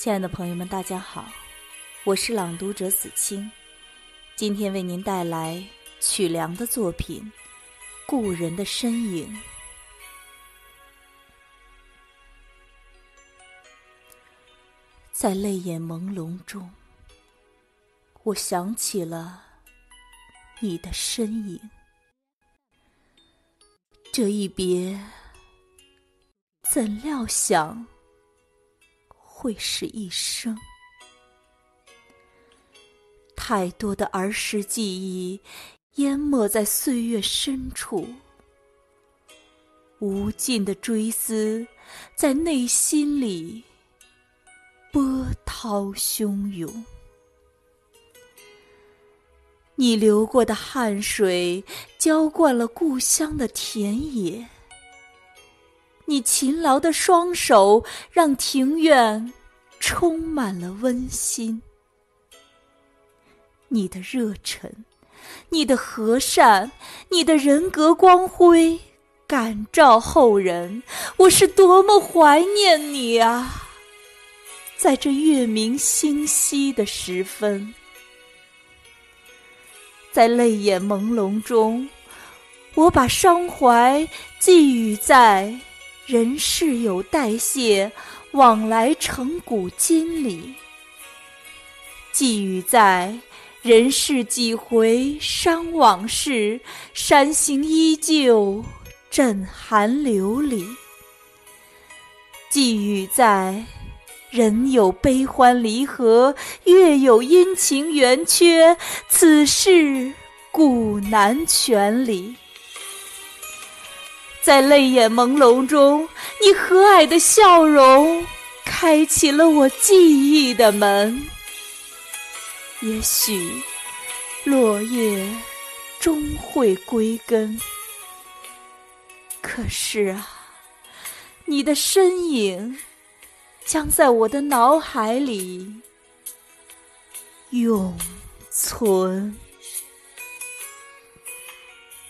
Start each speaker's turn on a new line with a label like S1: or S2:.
S1: 亲爱的朋友们，大家好，我是朗读者子清，今天为您带来曲梁的作品《故人的身影》。在泪眼朦胧中，我想起了你的身影。这一别，怎料想会是一生。太多的儿时记忆淹没在岁月深处，无尽的追思在内心里波涛汹涌。你流过的汗水浇灌了故乡的田野，你勤劳的双手让庭院充满了温馨。你的热忱，你的和善，你的人格光辉感召后人，我是多么怀念你啊！在这月明星稀的时分，在泪眼朦胧中，我把伤怀寄予在人世有代谢，往来成古今里，寄予在人世几回伤往事，山形依旧枕寒流里，寄予在人有悲欢离合，月有阴晴圆缺，此事古难全理。在泪眼朦胧中，你和蔼的笑容开启了我记忆的门。也许落叶终会归根，可是啊，你的身影将在我的脑海里永存。